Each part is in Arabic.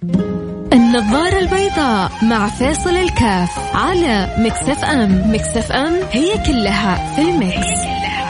النظارة البيضاء مع فاصل الكاف على ميكس اف ام. ميكس اف ام هي كلها في الميكس.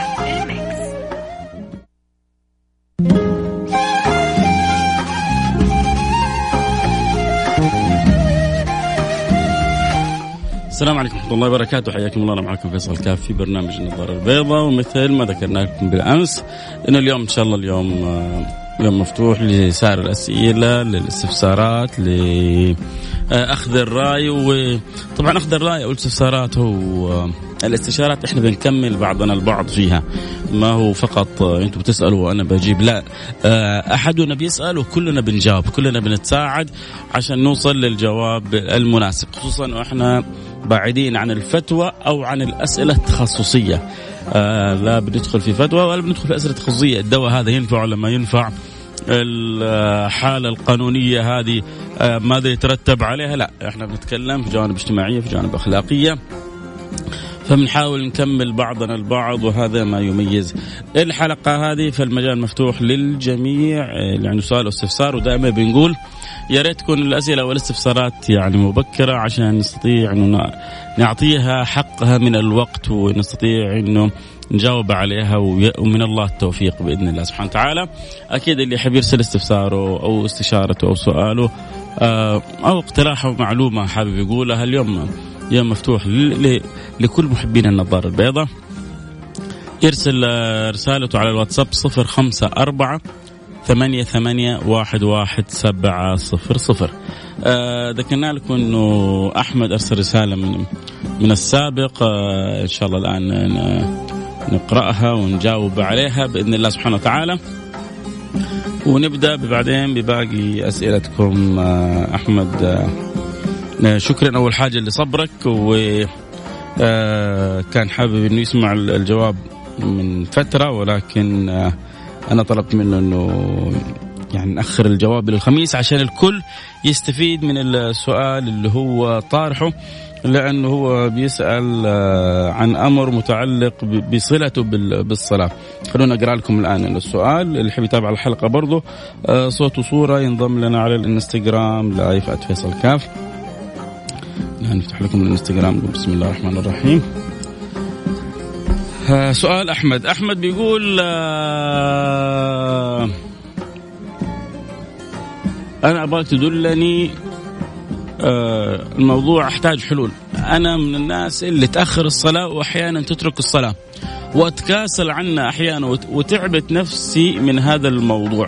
السلام عليكم ورحمة الله وبركاته، حياكم الله. أنا معكم فيصل الكاف في برنامج النظارة البيضاء، ومثل ما ذكرنا لكم بالأمس إن اليوم إن شاء الله اليوم يوم مفتوح لسائر الأسئلة، للاستفسارات، لأخذ الرأي. وطبعا أخذ الرأي والاستفسارات والاستشارات إحنا بنكمل بعضنا البعض فيها، ما هو فقط أنتم بتسألوا وأنا بجيب، لا، أحدنا بيسأل وكلنا بنجاوب، كلنا بنتساعد عشان نوصل للجواب المناسب، خصوصا وإحنا بعيدين عن الفتوى أو عن الأسئلة التخصصية. لا بندخل في فتوى ولا بندخل في أسئلة تخصصية. الدواء هذا ينفع ولا ما ينفع؟ الحالة القانونية هذه ماذا يترتب عليها؟ لا، احنا بنتكلم في جوانب اجتماعية، في جوانب أخلاقية، فبنحاول نكمل بعضنا البعض، وهذا ما يميز الحلقة هذه. فالمجال مفتوح للجميع اللي عنده سؤال أو استفسار، ودائما بنقول يا ريت تكون الأسئلة والاستفسارات يعني مبكرة عشان نستطيع إنه نعطيها حقها من الوقت، ونستطيع إنه نجاوب عليها، ومن الله التوفيق بإذن الله سبحانه وتعالى. أكيد اللي يحب يرسل استفساره أو استشارته أو سؤاله أو اقتراحه أو معلومة حابب يقولها، اليوم يوم مفتوح لكل محبين النظارة البيضاء. يرسل رسالته على الواتساب 054-88-11700. ذكرنا لكم أنه أحمد أرسل رسالة من السابق، إن شاء الله الآن نقرأها ونجاوب عليها بإذن الله سبحانه وتعالى، ونبدأ بعدين بباقي أسئلتكم. أحمد، شكرا أول حاجة لصبرك، وكان حابب أنه يسمع الجواب من فترة، ولكن أنا طلبت منه أنه يعني نأخر الجواب للخميس عشان الكل يستفيد من السؤال اللي هو طارحه، لأنه هو بيسأل عن أمر متعلق بصلته بالصلاة. خلونا أقرأ لكم الآن السؤال. اللي يحب يتابع الحلقة برضو صوت وصورة ينضم لنا على الانستغرام لايف @فيصل كاف. نفتح لكم الانستغرام. بسم الله الرحمن الرحيم. سؤال أحمد بيقول أنا أبغاك تدلني الموضوع، أحتاج حلول. أنا من الناس اللي تأخر الصلاة وأحيانا تترك الصلاة وأتكاسل عنها أحيانا، وتعبت نفسي من هذا الموضوع.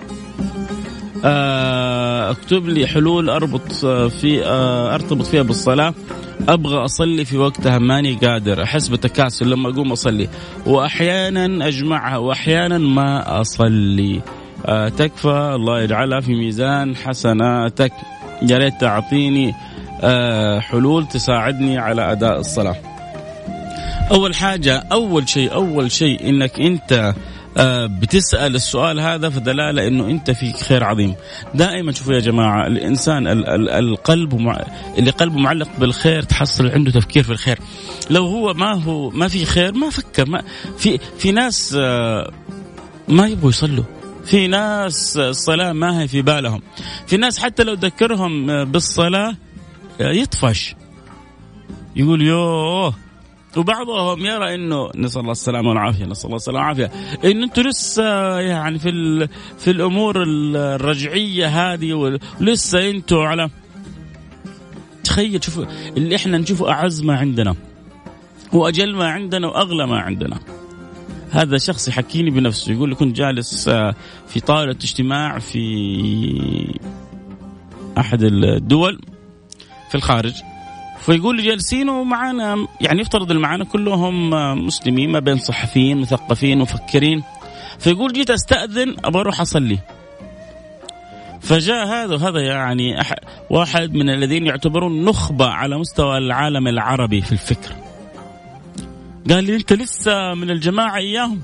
اكتب لي حلول ارتبط فيها بالصلاة. ابغى اصلي في وقتها ماني قادر، احس بتكاسل لما اقوم اصلي، واحيانا اجمعها واحيانا ما اصلي. تكفى، الله يجعلها في ميزان حسناتك. يا ريت تعطيني حلول تساعدني على اداء الصلاة. اول حاجة، اول شيء انك انت بتسأل السؤال هذا فدلالة انه انت فيك خير عظيم. دائما شوفوا يا جماعة، الانسان اللي قلبه معلق بالخير تحصل عنده تفكير في الخير. لو هو ما في خير ما فكر. في ناس ما يبغوا يصلوا، في ناس الصلاة ما هي في بالهم، في ناس حتى لو ذكرهم بالصلاة يطفش يقول يوه. وبعضهم يرى انه نسأل الله السلامة والعافية، ان انتم لسه يعني في الامور الرجعية هذه، ولسه انتم على. تخيل، شوفوا اللي احنا نشوفه اعز ما عندنا واجل ما عندنا واغلى ما عندنا. هذا شخص يحكيني بنفسه، يقول لي كنت جالس في طاولة اجتماع في احد الدول في الخارج، فيقول لي جالسين ومعنا، يعني يفترض المعانا كلهم مسلمين ما بين صحفيين مثقفين مفكرين، فيقول جيت استأذن أبغى أروح أصلي. فجاء هذا يعني واحد من الذين يعتبرون نخبة على مستوى العالم العربي في الفكر، قال لي أنت لسه من الجماعة إياهم؟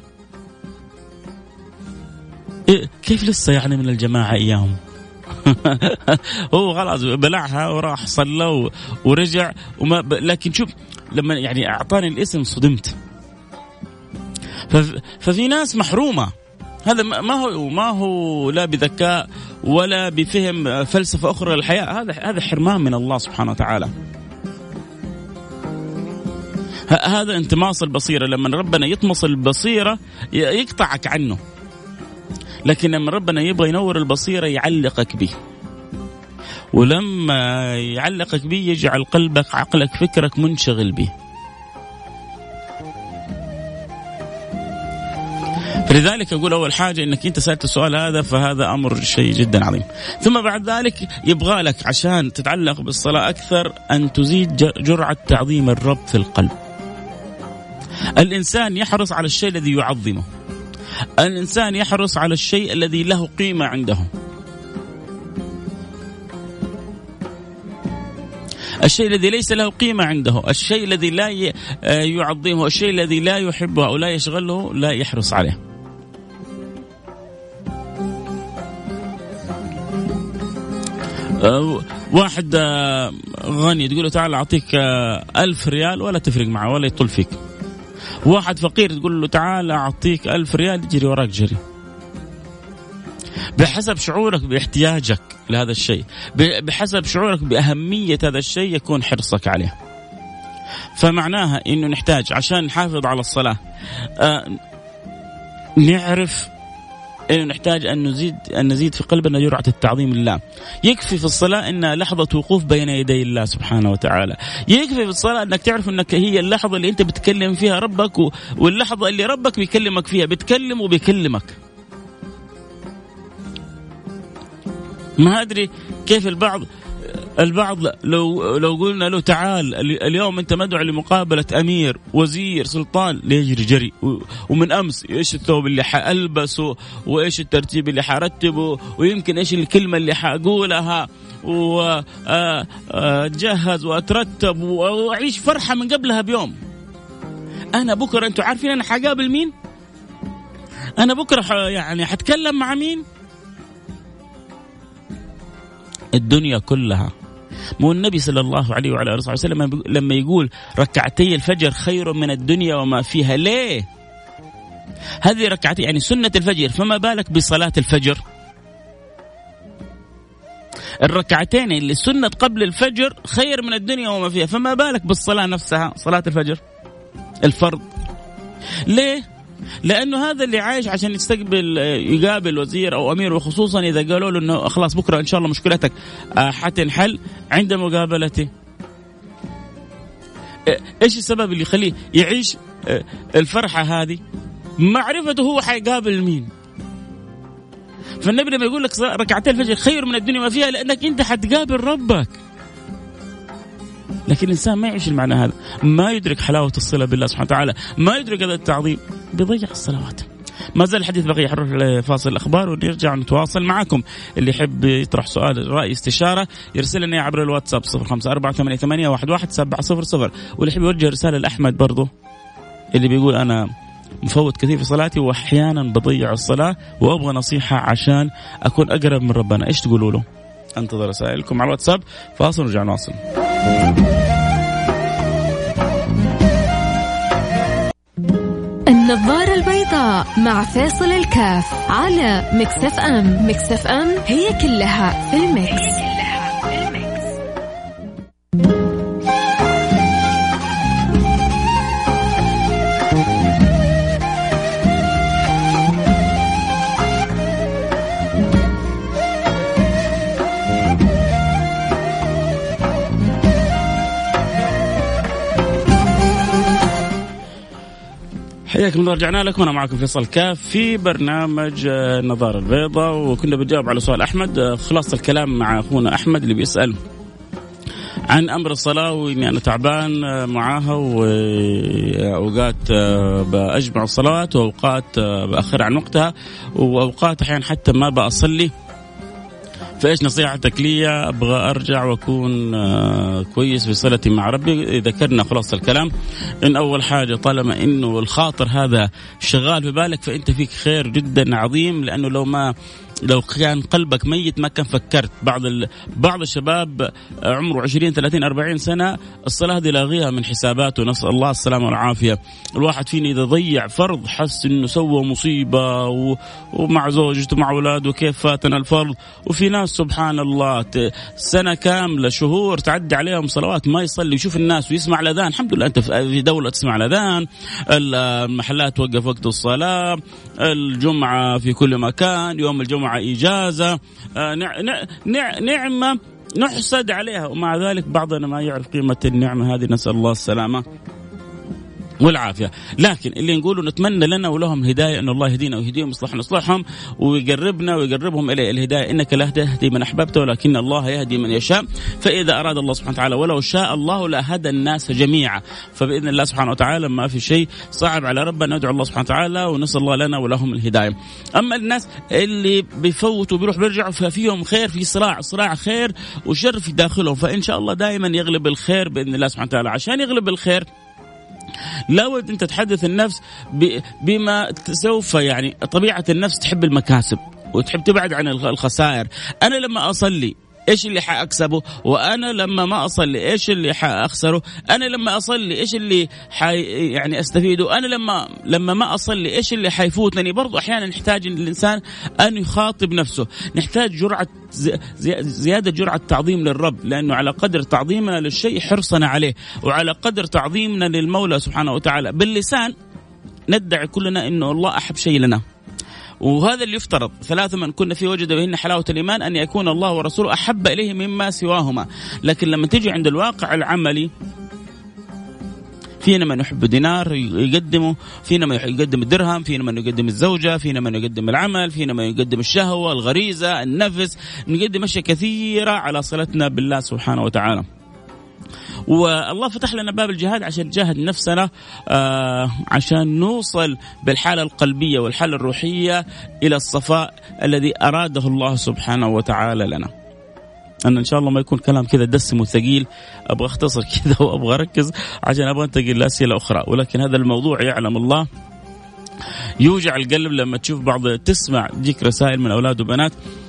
إيه كيف لسه يعني من الجماعة إياهم؟ هو خلاص بلعها وراح صلى ورجع لكن شوف لما يعني أعطاني الاسم صدمت. ففي ناس محرومة، هذا ما هو لا بذكاء ولا بفهم فلسفة أخرى للحياة، هذا حرمان من الله سبحانه وتعالى. هذا انتماص البصيرة. لما ربنا يطمس البصيرة يقطعك عنه، لكن لما ربنا يبغى ينور البصيرة يعلقك به، ولما يعلقك به يجعل قلبك عقلك فكرك منشغل به. فلذلك أقول أول حاجة إنك أنت سألت السؤال هذا، فهذا أمر شيء جدا عظيم. ثم بعد ذلك يبغى لك عشان تتعلق بالصلاة أكثر أن تزيد جرعة تعظيم الرب في القلب. الإنسان يحرص على الشيء الذي يعظمه، الإنسان يحرص على الشيء الذي له قيمة عنده. الشيء الذي ليس له قيمة عنده، الشيء الذي لا يعظمه، الشيء الذي لا يحبه أو لا يشغله لا يحرص عليه. واحد غني تقول له تعال أعطيك 1000 ريال ولا تفرق معه ولا يطل فيك. واحد فقير تقول له تعال أعطيك 1000 ريال يجري وراك جري. بحسب شعورك باحتياجك لهذا الشيء، بحسب شعورك بأهمية هذا الشيء يكون حرصك عليه. فمعناها إنه نحتاج عشان نحافظ على الصلاة نعرف إنه نحتاج أن نزيد في قلبنا جرعة التعظيم لله. يكفي في الصلاة إن لحظة وقوف بين يدي الله سبحانه وتعالى. يكفي في الصلاة أنك تعرف أنك هي اللحظة اللي أنت بتكلم فيها ربك، واللحظة اللي ربك بيكلمك فيها، بتكلم وبيكلمك. ما أدري كيف البعض لو قلنا له تعال اليوم أنت مدعو لمقابلة أمير وزير سلطان ليجري جري، ومن أمس إيش الثوب اللي حألبسه وإيش الترتيب اللي حرتبه ويمكن إيش الكلمة اللي حقولها وأتجهز وأترتب وأعيش فرحة من قبلها بيوم. أنا بكرة أنتوا عارفين أنا حقابل مين؟ أنا بكرة يعني حتكلم مع مين؟ الدنيا كلها. مو النبي صلى الله عليه وعلى آله وسلم لما يقول ركعتي الفجر خير من الدنيا وما فيها؟ ليه؟ هذه ركعتي يعني سنة الفجر، فما بالك بصلاة الفجر؟ الركعتين اللي سنة قبل الفجر خير من الدنيا وما فيها، فما بالك بالصلاة نفسها، صلاة الفجر الفرض. ليه؟ لأنه هذا اللي عايش عشان يقابل وزير أو أمير، وخصوصا إذا قالوا له أنه خلاص بكرة إن شاء الله مشكلتك حتنحل عند مقابلته. إيش السبب اللي يخليه يعيش الفرحة هذه؟ معرفته هو حيقابل مين. فالنبي لما يقول لك ركعتين الفجر خير من الدنيا ما فيها، لأنك أنت حتقابل ربك. لكن الإنسان ما يعيش المعنى هذا، ما يدرك حلاوة الصلة بالله سبحانه وتعالى، ما يدرك هذا التعظيم، بيضيع الصلوات. ما زال الحديث بقي، حنروح لفاصل الأخبار ونرجع نتواصل معكم. اللي يحب يطرح سؤال، رأي، استشارة يرسل لنا عبر الواتساب 0548811700، واللي يحب يوجه رسالة لأحمد برضو اللي بيقول أنا مفوت كثير في صلاتي وأحيانا بضيع الصلاة وأبغى نصيحة عشان أكون أقرب من ربنا، إيش تقولوا له؟ انتظر رسائلكم على الواتساب. فاصل ونرجع نواصل. النظارة البيضاء مع فاصل الكاف على مكسف أم. مكسف أم هي كلها في المكس. حياكم الله، رجعنا لكم. أنا معكم فيصل كاف في برنامج النظارة البيضاء، وكنا بنجاوب على سؤال أحمد. خلاص الكلام مع أخونا أحمد اللي بيسأل عن أمر الصلاة، وإني أنا تعبان معاها، وأوقات بأجمع الصلاة وأوقات بأخر عن وقتها، وأوقات أحيانا حتى ما بأصلي. فإيش نصيحتك لي؟ أبغى أرجع وأكون كويس في صلتي مع ربي. ذكرنا خلاص الكلام إن أول حاجة طالما إنه الخاطر هذا شغال في بالك فأنت فيك خير جدا عظيم، لأنه لو ما لو كان قلبك ميت ما كان فكرت. بعض الشباب عمره 20 30 40 سنة الصلاة دي لاغيها من حساباته، نسأل الله السلامة والعافية. الواحد فينا إذا ضيع فرض حس إنه سوى مصيبة ومع زوجته مع أولاده كيف فاتنا الفرض. وفي ناس سبحان الله سنة كاملة شهور تعدي عليهم صلوات ما يصلي، يشوف الناس ويسمع الأذان. الحمد لله أنت في دولة تسمع الأذان، المحلات توقف وقت الصلاة، الجمعة في كل مكان، يوم الجمعة إجازة، نعمة نحسد عليها، ومع ذلك بعضنا ما يعرف قيمة النعمة هذه، نسأل الله السلامة والعافية. لكن اللي نقوله نتمنى لنا ولهم الهداية، أن الله يهدينا ويهديهم يصلحنا يصلحهم ويقربنا ويقربهم إلى الهداية. إنك لا تهدي من أحببت ولكن الله يهدي من يشاء. فإذا أراد الله سبحانه وتعالى ولو شاء الله لهدى الناس جميعا. فبإذن الله سبحانه وتعالى ما في شيء صعب على ربنا، ندعو الله سبحانه وتعالى ونسأل الله لنا ولهم الهداية. أما الناس اللي بيفوتوا بيروح بيرجعوا ففيهم خير، في صراع خير وشر في داخلهم، فإن شاء الله دائما يغلب الخير بإذن الله سبحانه وتعالى. عشان يغلب الخير لابد أن تتحدث النفس بما سوف يعني طبيعة النفس تحب المكاسب وتحب تبعد عن الخسائر. أنا لما أصلي إيش اللي حأكسبه، وأنا لما ما أصلي إيش اللي حأخسره، أنا لما أصلي إيش اللي يعني أستفيده، أنا لما ما أصلي إيش اللي حيفوتني. برضو أحيانا نحتاج الإنسان أن يخاطب نفسه، نحتاج جرعة زيادة جرعة تعظيم للرب، لأنه على قدر تعظيمنا للشيء حرصنا عليه، وعلى قدر تعظيمنا للمولى سبحانه وتعالى. باللسان ندعي كلنا إنه الله أحب شيء لنا، وهذا اللي يفترض. 3 من كنا في وجد بهن حلاوة الإيمان أن يكون الله ورسوله أحب إليه مما سواهما. لكن لما تيجي عند الواقع العملي فينا من يحب دينار يقدمه، فينا من يقدم الدرهم، فينا من يقدم الزوجة، فينا من يقدم العمل، فينا من يقدم الشهوة، الغريزة، النفس، نقدم أشياء كثيرة على صلتنا بالله سبحانه وتعالى. والله فتح لنا باب الجهاد عشان نجاهد نفسنا، عشان نوصل بالحالة القلبية والحالة الروحية إلى الصفاء الذي أراده الله سبحانه وتعالى لنا. أنا إن شاء الله ما يكون كلام كذا دسم وثقيل، أبغى أختصر كذا وأبغى أركز عشان أبغى أنتقل لأسئلة أخرى. ولكن هذا الموضوع يعلم الله يوجع القلب لما تشوف تسمع ديك رسائل من أولاد وبنات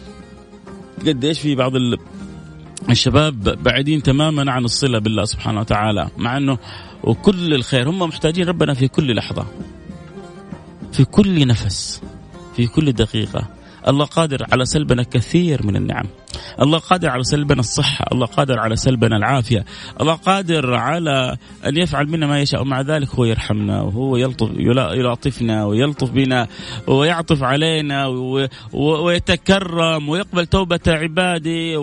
قد إيش في بعض الشباب بعيدين تماما عن الصلة بالله سبحانه وتعالى، مع أنه وكل الخير هم محتاجين ربنا في كل لحظة، في كل نفس، في كل دقيقة. الله قادر على سلبنا كثير من النعم، الله قادر على سلبنا الصحة، الله قادر على سلبنا العافية، الله قادر على أن يفعل منا ما يشاء، ومع ذلك هو يرحمنا وهو يلاطفنا ويلطف بنا ويعطف علينا ويتكرم ويقبل توبة عباده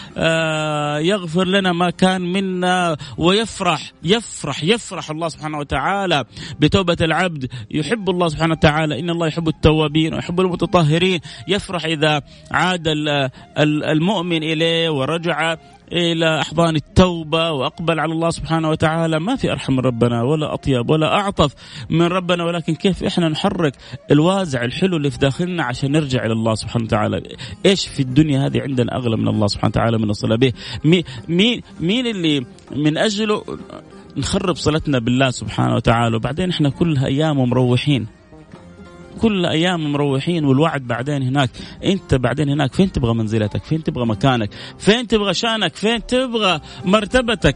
ويغفر لنا ما كان منا ويفرح الله سبحانه وتعالى بتوبة العبد. يحب الله سبحانه وتعالى، إن الله يحب التوابين ويحب المتطهرين. يفرح إذا عاد المؤمن إليه ورجع إلى أحضان التوبة وأقبل على الله سبحانه وتعالى. ما في أرحم من ربنا ولا أطيب ولا أعطف من ربنا، ولكن كيف إحنا نحرك الوازع الحلو اللي في داخلنا عشان نرجع إلى الله سبحانه وتعالى. إيش في الدنيا هذه عندنا أغلى من الله سبحانه وتعالى من الصلاة به؟ مين اللي من أجله نخرب صلتنا بالله سبحانه وتعالى؟ وبعدين إحنا كلها أيام ومروحين، كل أيام مروحين، والوعد بعدين هناك. أنت بعدين هناك فين تبغى منزلتك، فين تبغى مكانك، فين تبغى شانك، فين تبغى مرتبتك.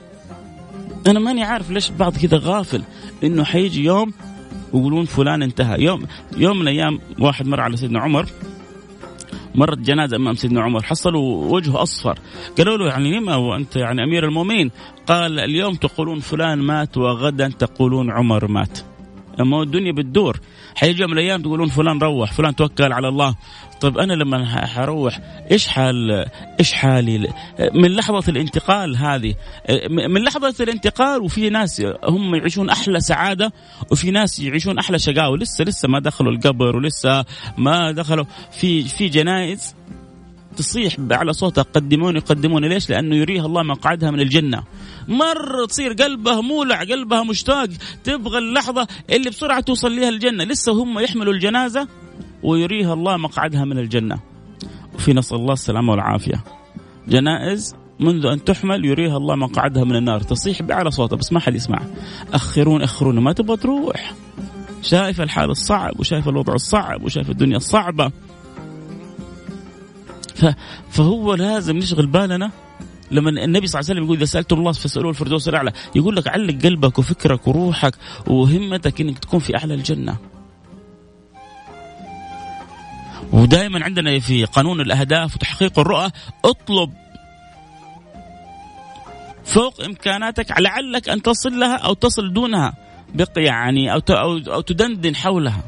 أنا ماني عارف ليش بعض كذا غافل إنه حيجي يوم ويقولون فلان انتهى. يوم من الأيام واحد مر على سيدنا عمر، مرت جنازة أمام سيدنا عمر، حصلوا وجهه أصفر، قالوا له يعني لما وأنت يعني أمير المؤمنين؟ قال اليوم تقولون فلان مات وغدا تقولون عمر مات. أما الدنيا بتدور، حيجي يوم من الأيام تقولون فلان روح، فلان توكل على الله. طيب أنا لما حروح إيش حالي من لحظة الانتقال هذه، من لحظة الانتقال؟ وفي ناس هم يعيشون أحلى سعادة، وفي ناس يعيشون أحلى شقاوة، لسه ما دخلوا القبر ولسه ما دخلوا في جنائز تصيح على صوتها قدموني. ليش؟ لأنه يريها الله مقعدها من الجنة. مرة تصير قلبها مولع، قلبها مشتاق، تبغى اللحظة اللي بسرعة توصل لها الجنة. لسه هم يحملوا الجنازة ويريها الله مقعدها من الجنة. وفي نسأل الله السلامة والعافية جنائز منذ أن تحمل يريها الله مقعدها من النار، تصيح على صوتها بس ما حد يسمع. أخرون ما تبغى تروح، شايف الحال الصعب وشايف الوضع الصعب وشايف الدنيا الصعبة. فهو لازم نشغل بالنا. لما النبي صلى الله عليه وسلم يقول إذا سألتم الله فاسألوه الفردوس الأعلى، يقول لك علق قلبك وفكرك وروحك وهمتك إنك تكون في أعلى الجنة. ودائما عندنا في قانون الأهداف وتحقيق الرؤى اطلب فوق إمكاناتك لعلك أن تصل لها أو تصل دونها يعني أو تدندن حولها.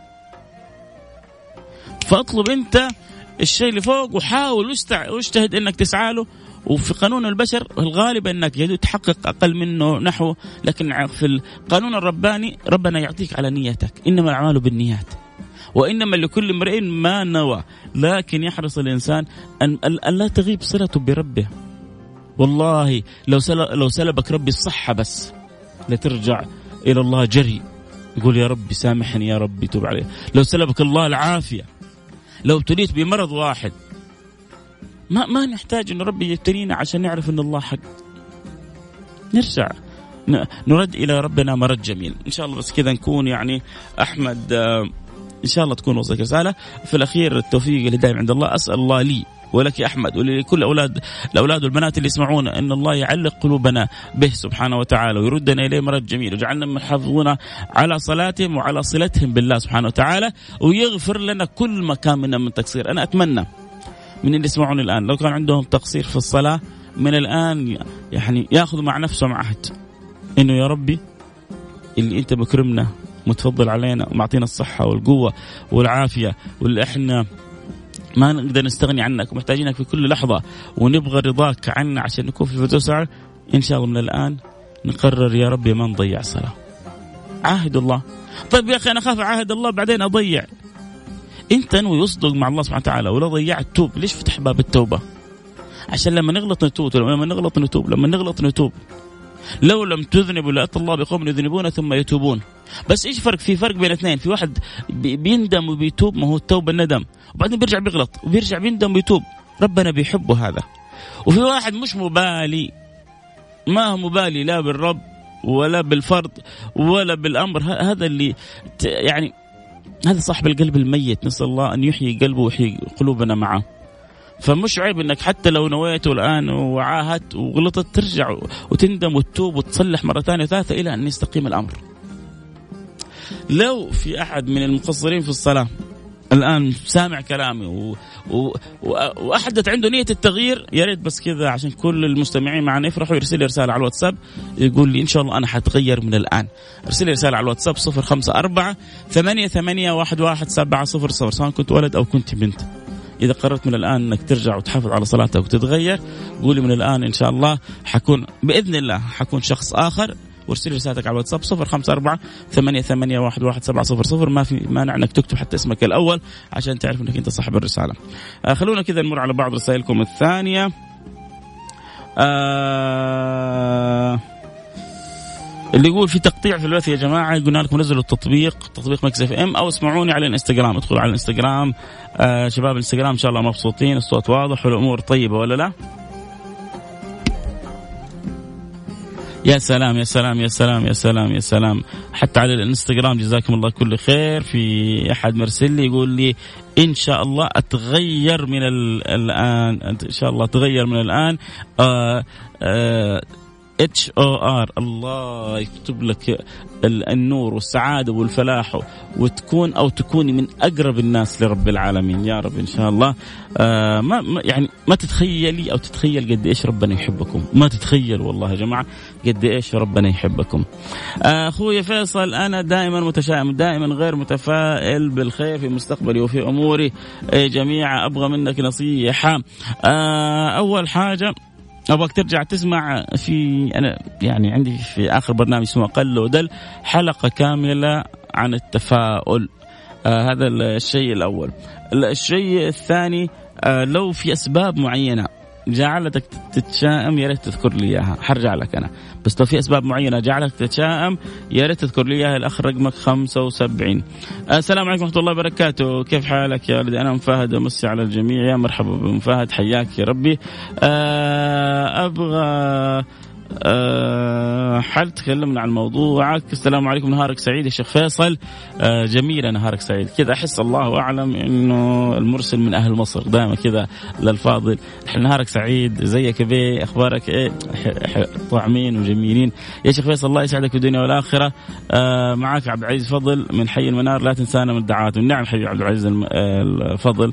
فاطلب أنت الشيء اللي فوق وحاول واجتهد إنك تسعى له. وفي قانون البشر الغالب أنك تحقق أقل منه نحو، لكن في القانون الرباني ربنا يعطيك على نيتك، إنما الأعمال بالنيات وإنما لكل امرئ ما نوى. لكن يحرص الإنسان أن لا تغيب صلته بربه. والله لو سلبك ربي الصحة بس لترجع إلى الله جري، يقول يا ربي سامحني يا ربي توب عليه. لو سلبك الله العافية، لو ابتليت بمرض واحد، ما نحتاج أن ربي يبتلينا عشان نعرف أن الله حق. نرجع نرد إلى ربنا مرد جميل إن شاء الله. بس كذا نكون يعني أحمد إن شاء الله تكون وصلك رسالة. في الأخير التوفيق اللي دائم عند الله. أسأل الله لي ولك أحمد ولكل الأولاد والبنات اللي يسمعون أن الله يعلق قلوبنا به سبحانه وتعالى ويردنا إليه مرد جميل، وجعلنا محافظون على صلاتهم وعلى صلتهم بالله سبحانه وتعالى، ويغفر لنا كل ما كان منا من تقصير. أنا أتمنى من اللي يسمعون الآن لو كان عندهم تقصير في الصلاة من الآن يعني يأخذوا مع نفسه عهد إنه يا ربي اللي أنت بكرمنا متفضل علينا ومعطينا الصحة والقوة والعافية، واللي إحنا ما نقدر نستغني عنك ومحتاجينك في كل لحظة ونبغى رضاك عنا عشان نكون في الفردوس. إن شاء الله من الآن نقرر يا ربي ما نضيع الصلاة. عاهد الله. طيب يا أخي أنا خاف عاهد الله بعدين أضيع. أنت انوي يصدق مع الله سبحانه وتعالى ولا ضيعت توب. ليش فتح باب التوبة؟ عشان لما نغلط نتوب، لما نغلط نتوب، لما نغلط نتوب. لو لم تذنبوا لأتى الله بقوم يذنبون ثم يتوبون. بس إيش فرق؟ في فرق بين اثنين. في واحد بيندم وبيتوب، ما هو التوبة الندم، وبعدين بيرجع بيغلط وبيرجع بيندم ويتوب، ربنا بيحبه هذا. وفي واحد مش مبالي، ما هو مبالي لا بالرب ولا بالفرض ولا بالأمر. هذا اللي يعني هذا صاحب القلب الميت. نسأل الله أن يحيي قلبه ويحيي قلوبنا معه. فمش عيب انك حتى لو نويته الآن وعاهدت وغلطت ترجع وتندم وتتوب وتصلح مرة ثانية وثالثة إلى أن يستقيم الأمر. لو في أحد من المقصرين في الصلاة الآن سامع كلامي وأحدث عنده نية التغيير، يا ريت بس كذا عشان كل المستمعين معنا يفرحوا يرسل لي رسالة على الواتساب يقول لي إن شاء الله أنا حتغير من الآن. ارسل لي رسالة على الواتساب 0548811700 سواء كنت ولد أو كنت بنت. إذا قررت من الآن أنك ترجع وتحافظ على صلاتك وتتغير، قولي من الآن إن شاء الله حكون بإذن الله حكون شخص آخر. وارسل رسالتك على الواتساب 0548811700. ما في مانع انك تكتب حتى اسمك الاول عشان تعرف انك انت صاحب الرساله. خلونا كذا نمر على بعض رسائلكم الثانيه. اللي يقول في تقطيع في البث يا جماعه، قلنا لكم نزلوا تطبيق مكس اف ام او اسمعوني على الانستغرام. ادخلوا على الانستغرام. شباب الانستغرام ان شاء الله مبسوطين، الصوت واضح والامور طيبه ولا لا؟ يا سلام يا سلام يا سلام يا سلام يا سلام. حتى على الانستغرام جزاكم الله كل خير. في أحد مرسل لي يقول لي إن شاء الله أتغير من الآن، إن شاء الله أتغير من الآن. HOR الله يكتب لك النور والسعادة والفلاح وتكون أو تكوني من أقرب الناس لرب العالمين يا رب إن شاء الله. ما تتخيلي أو تتخيل قد إيش ربنا يحبكم، ما تتخيل والله يا جماعة قد إيش ربنا يحبكم. أخوي فيصل أنا دائما متشائم، دائما غير متفائل بالخير في مستقبلي وفي أموري جميعا. أبغى منك نصيحة. أول حاجة أبغاك ترجع تسمع أنا يعني عندي في آخر برنامج اسمه قل ودل حلقة كاملة عن التفاؤل. هذا الشيء الأول. الشيء الثاني لو في أسباب معينة جعلتك تتشائم يا ريت تذكر لي إياها، حرجع لك أنا. بس لو في أسباب معينة جعلك تتشائم يا ريت تذكر لي إياها. الأخ رقمك 75. السلام عليكم ورحمة الله وبركاته. كيف حالك يا ولدي؟ أنا مفاهد ومسي على الجميع. يا مرحبا بمفاهد، حياك يا ربي. أبغى حل تكلمنا عن موضوعك. السلام عليكم، نهارك سعيد يا شيخ فيصل. جميلة نهارك سعيد كذا. أحس الله أعلم إنه المرسل من أهل مصر دائما كذا للفاضل. نهارك سعيد، زيك بيه، أخبارك إيه؟ طعمين وجميلين يا شيخ فيصل، الله يسعدك في الدنيا والآخرة. معك عبد العزيز فضل من حي المنار، لا تنسانا من الدعوات. نعم حبيبي عبد العزيز الفضل،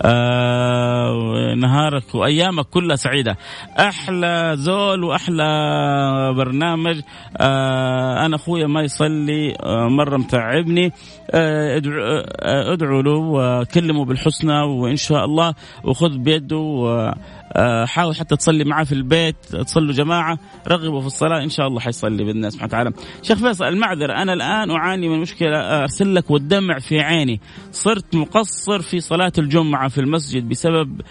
نهارك وأيامك كلها سعيدة. أحلى زول وأحلى برنامج. أنا أخويا ما يصلي مرة متعبني، ادعوا له وكلمه بالحسنى وإن شاء الله، وخذ بيده حاول حتى تصلي معه في البيت، تصلوا جماعة، رغبوا في الصلاة، إن شاء الله حيصلي بالله سبحانه وتعالى. شيخ فيصل المعذرة، أنا الآن أعاني من مشكلة أرسل لك والدمع في عيني. صرت مقصر في صلاة الجمعة في المسجد بسبب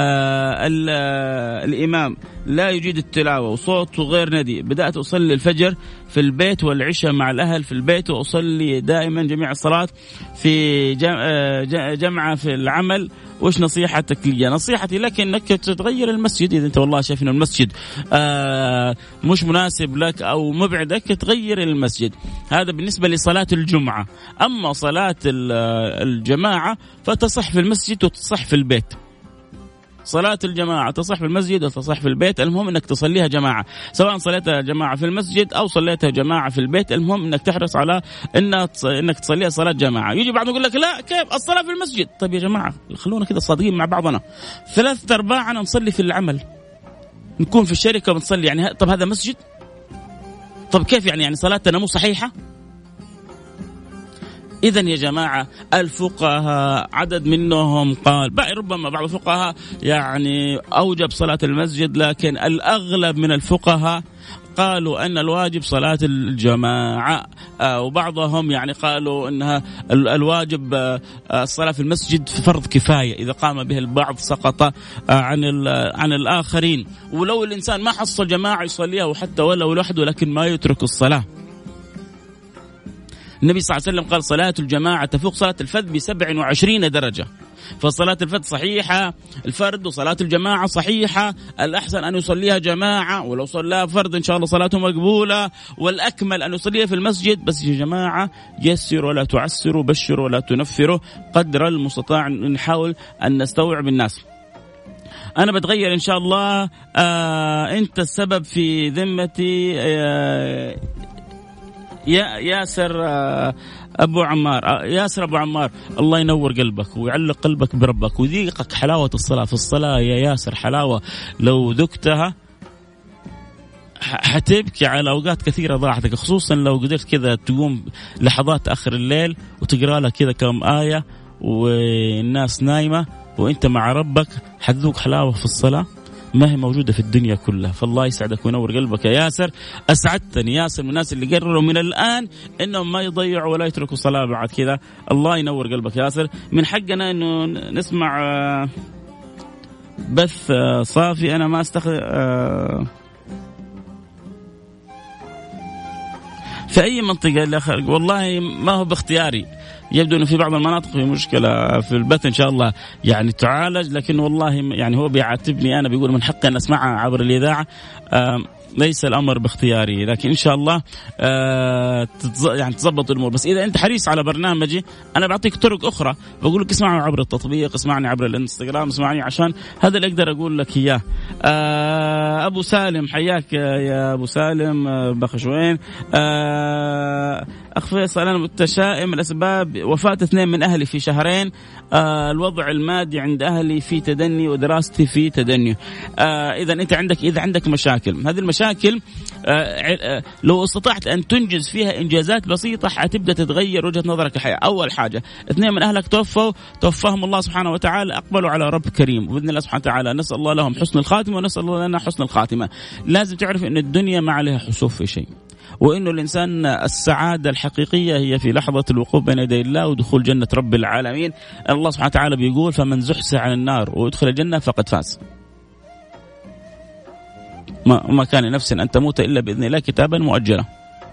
الإمام لا يجيد التلاوة وصوته غير ندي. بدأت أصلي الفجر في البيت والعشاء مع الأهل في البيت، وأصلي دائما جميع الصلاة في جمعة في العمل. وش نصيحتك لي؟ نصيحتي لك انك تتغير المسجد. اذا انت والله شايف ان المسجد مش مناسب لك او مبعدك، تغير المسجد. هذا بالنسبه لصلاه الجمعه. اما صلاه الجماعه فتصح في المسجد وتصح في البيت. صلاة الجماعة تصح في المسجد وتصح في البيت، المهم انك تصليها جماعة، سواء صليتها جماعة في المسجد او صليتها جماعة في البيت، المهم انك تحرص على انك تصليها صلاة جماعة. يجي بعض يقول لك لا كيف الصلاة في المسجد؟ طيب يا جماعة خلونا كده صادقين مع بعضنا، 3/4 نصلي في العمل، نكون في الشركة بنصلي، يعني طب هذا مسجد؟ طب كيف يعني صلاتنا مو صحيحة؟ إذن يا جماعة الفقهاء عدد منهم قال، ربما بعض الفقهاء يعني أوجب صلاة المسجد، لكن الأغلب من الفقهاء قالوا أن الواجب صلاة الجماعة، وبعضهم يعني قالوا أنها الواجب الصلاة في المسجد في فرض كفاية، إذا قام به البعض سقط عن الآخرين. ولو الإنسان ما حصل جماعة يصليها وحتى ولو لوحده، لكن ما يترك الصلاة. النبي صلى الله عليه وسلم قال صلاة الجماعة تفوق صلاة الفرد ب27 درجة. فصلاة الفرد صحيحة، الفرد وصلاة الجماعة صحيحة. الأحسن أن يصليها جماعة، ولو صلىها فرد إن شاء الله صلاته مقبولة. والأكمل أن يصليها في المسجد. بس يا جماعة يسروا ولا تعسروا، بشروا ولا تنفروا، قدر المستطاع نحاول أن نستوعب الناس. أنا بتغير إن شاء الله. أنت السبب في ذمتي يا ياسر أبو عمار. ياسر أبو عمار، الله ينور قلبك ويعلق قلبك بربك ويذيقك حلاوة الصلاة. في الصلاة يا ياسر حلاوة لو ذقتها حتبكي على أوقات كثيرة ضاعتك، خصوصا لو قدرت كذا تقوم لحظات آخر الليل وتقرأ لك كذا كم آية والناس نايمة وإنت مع ربك، حتذوق حلاوة في الصلاة ما هي موجودة في الدنيا كلها. فالله يسعدك وينور قلبك يا ياسر. أسعدتني ياسر من الناس اللي قرروا من الآن إنهم ما يضيعوا ولا يتركوا صلاة بعد كذا. الله ينور قلبك يا ياسر. من حقنا إنه نسمع بث صافي. أنا ما أستخدم في أي منطقة والله ما هو باختياري. يبدو أنه في بعض المناطق في مشكلة في البث، إن شاء الله يعني تعالج، لكن والله يعني هو بيعاتبني أنا، بيقول من حقي أن أسمعها عبر الإذاعة. ليس الأمر باختياري، لكن إن شاء الله يعني تضبط الأمور. بس إذا أنت حريص على برنامجي أنا بعطيك طرق أخرى، بقول لك اسمعني عبر التطبيق، اسمعني عبر الانستغرام، اسمعني، عشان هذا اللي أقدر أقول لك إياه. أبو سالم حياك يا أبو سالم بخشوين. أخ فيصل أنا متشائم الأسباب وفاة 2 من أهلي في شهرين. الوضع المادي عند أهلي في تدني ودراستي في تدني. إذا أنت عندك مشاكل، هذه المشاكل لو استطعت أن تنجز فيها إنجازات بسيطة حتبدأ تتغير وجهة نظرك الحياة. أول حاجة 2 من أهلك توفاهم الله سبحانه وتعالى، أقبلوا على رب كريم، وبإذن الله سبحانه وتعالى نسأل الله لهم حسن الخاتمة ونسأل الله لنا حسن الخاتمة. لازم تعرف أن الدنيا ما عليها حسوف في شيء، وإنه الإنسان السعادة الحقيقية هي في لحظة الوقوف بين يدي الله ودخول جنة رب العالمين. الله سبحانه وتعالى بيقول فمن زحزح عن النار ويدخل الجنة فقد فاز. ما كان لنفس أن تموت إلا بإذن الله كتابا مؤجلا.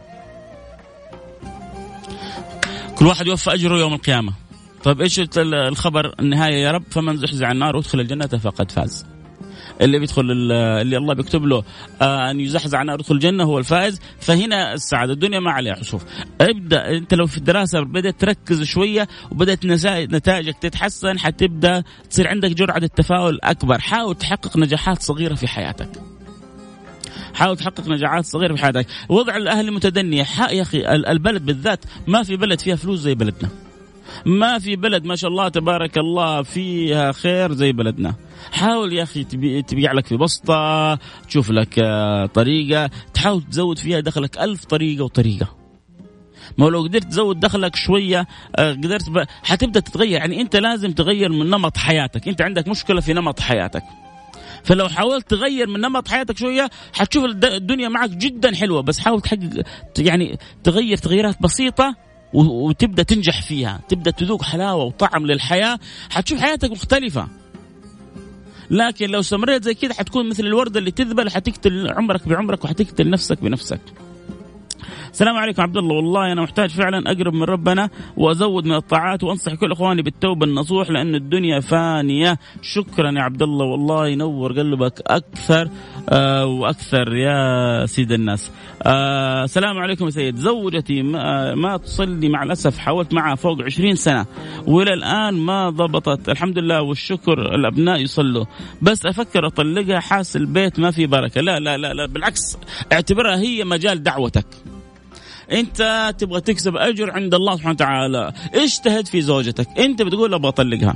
كل واحد يوفى أجره يوم القيامة. طيب إيش الخبر النهاية يا رب؟ فمن زحزح عن النار ويدخل الجنة فقد فاز. اللي بيدخل اللي الله بيكتب له أن يزحزح عن يدخل الجنة هو الفائز. فهنا السعادة الدنيا ما عليها حصوف. ابدأ أنت لو في الدراسة بدأت تركز شوية وبدأت نتائجك تتحسن، حتبدأ تصير عندك جرعة التفاؤل أكبر. حاول تحقق نجاحات صغيرة في حياتك، حاول تحقق نجاحات صغيرة في حياتك. وضع الأهل المتدنية يا أخي، البلد بالذات ما في بلد فيها فلوس زي بلدنا، ما في بلد ما شاء الله تبارك الله فيها خير زي بلدنا. حاول يا أخي تبيع لك في بسطة، تشوف لك طريقة تحاول تزود فيها دخلك 1000 طريقة وطريقة. ما لو قدرت تزود دخلك شوية قدرت حتبدأ تتغير. يعني أنت لازم تغير من نمط حياتك. أنت عندك مشكلة في نمط حياتك، فلو حاولت تغير من نمط حياتك شوية حتشوف الدنيا معك جدا حلوة. بس حاول تحقق يعني تغير تغييرات بسيطة وتبدأ تنجح فيها، تبدأ تذوق حلاوة وطعم للحياة، حتشوف حياتك مختلفة. لكن لو استمريت زي كده حتكون مثل الوردة اللي تذبل، حتقتل عمرك بعمرك وحتقتل نفسك بنفسك. السلام عليكم عبد الله، والله أنا محتاج فعلا أقرب من ربنا وأزود من الطاعات، وأنصح كل إخواني بالتوبة النصوح لأن الدنيا فانية. شكرا يا عبد الله، والله ينور قلبك أكثر وأكثر يا سيد الناس. السلام عليكم يا سيد. زوجتي ما تصلي مع الأسف، حاولت معها فوق 20 سنة وإلى الآن ما ضبطت. الحمد لله والشكر الأبناء يصلوا، بس أفكر أطلقها، حاس البيت ما في بركة. لا لا لا, لا بالعكس، اعتبرها هي مجال دعوتك. انت تبغى تكسب اجر عند الله سبحانه وتعالى، اجتهد في زوجتك. انت بتقول ابغى اطلقها،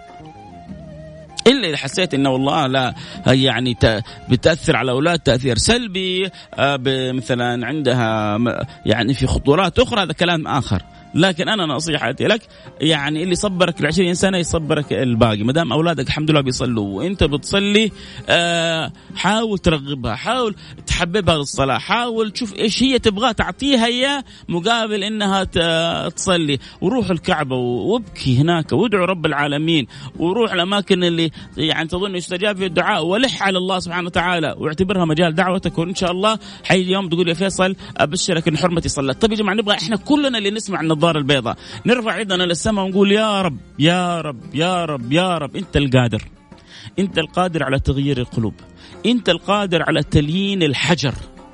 الا اذا حسيت انه والله لا يعني بتاثر على الاولاد تاثير سلبي، مثلا عندها يعني في خطورات اخرى، هذا كلام اخر. لكن أنا نصيحتي لك يعني اللي صبرك 20 سنة يصبرك الباقي. ما دام أولادك الحمد لله بيصلوا وأنت بتصلي، حاول ترغبها، حاول تحببها للصلاة، حاول تشوف إيش هي تبغى تعطيها إياه مقابل إنها تصلي. وروح الكعبة وابكي هناك وادعو رب العالمين، وروح الأماكن اللي يعني تظن يستجاب في الدعاء، ولح على الله سبحانه وتعالى واعتبرها مجال دعوتك. وإن شاء الله حي يوم تقول يا فيصل أبشرك إن حرمتي صلت. طيب يا جماعة، نبغى إحنا كلنا اللي نسمع النظارة البيضاء نرفع يدنا للسماء ونقول يا رب يا رب يا رب يا رب، أنت القادر، أنت القادر على تغيير القلوب، أنت القادر على تليين الحجر،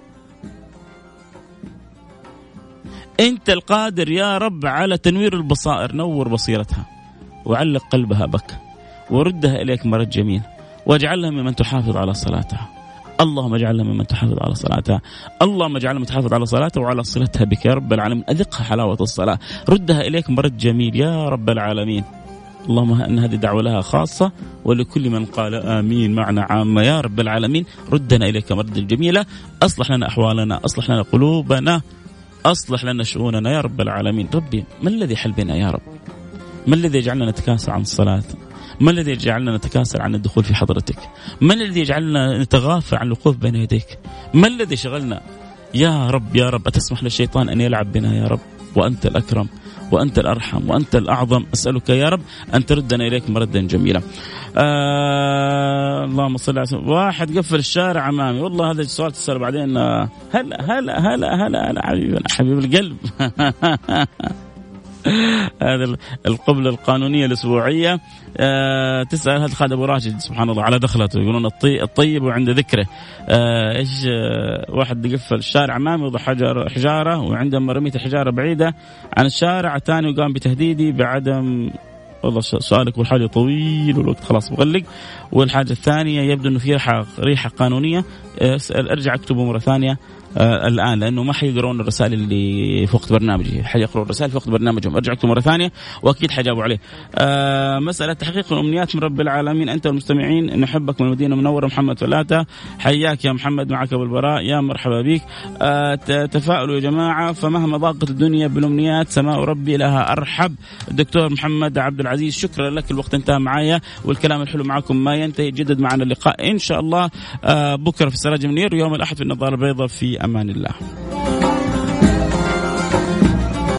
أنت القادر يا رب على تنوير البصائر. نور بصيرتها وعلق قلبها بك وردها إليك مرد جميل، واجعلها ممن تحافظ على صلاتها. اللهم اجعلها ممن تحافظ على صلاتها، اللهم اجعلها ممن تحافظ على صلاتها وعلى صلتها بك يا رب العالمين. أذقها حلاوة الصلاة، ردها إليك مرد جميل يا رب العالمين. اللهم أن هذه دعوة لها خاصة ولكل من قال آمين معنا عامة يا رب العالمين. ردنا إليك مرد الجميلة، أصلح لنا أحوالنا، أصلح لنا قلوبنا، أصلح لنا شؤوننا يا رب العالمين. ربي ما الذي يحل بنا يا رب؟ ما الذي يجعلنا نتكاسل عن الصلاة؟ ما الذي يجعلنا نتكاسل عن الدخول في حضرتك؟ ما الذي يجعلنا نتغافل عن الوقوف بين يديك؟ ما الذي شغلنا يا رب؟ يا رب أتسمح للشيطان أن يلعب بنا يا رب؟ وأنت الأكرم وأنت الأرحم وأنت الأعظم. أسألك يا رب أن تردنا إليك مردا جميلا. اللهم صل على سيدنا. واحد قفل الشارع أمامي، والله هذا السؤال تسأل بعدين. هلا هلا هلا هلا حبيب القلب. هذا القبلة القانونية الأسبوعية. تسأل هل خالد أبو راشد سبحان الله على دخلته، يقولون الطيب وعند ذكره. إيش واحد قفل الشارع أمامي وضع حجارة، وعندما رميت الحجارة بعيدة عن الشارع تاني وقام بتهديدي بعدم. والله سؤالك والحاجة طويل والوقت خلاص بغلق. والحاجة الثانية يبدو أنه في ريحة قانونية. ارجع اكتبه مرة ثانية الآن، لأنه ما حيقرون الرسائل اللي في وقت برنامجي، حيقرون الرسائل في وقت برنامجهم. ارجع اكتبه مرة ثانية وأكيد حيجاوبوا عليه. مسألة تحقيق الأمنيات من رب العالمين. أنت المستمعين نحبك من المدينة المنورة. محمد فلاتة، حياك يا محمد، معك أبو البراء، يا مرحبا بك. تفاؤلوا يا جماعة، فمهما ضاقت الدنيا بالأمنيات سماء ربي لها أرحب. الدكتور محمد عبد العزيز، شكرا لك، الوقت انتهى معايا والكلام الحلو معكم ما ينتهي. جدد معنا اللقاء إن شاء الله بكرة في السراج منير، ويوم الأحد في النظارة البيضاء. في أمان الله.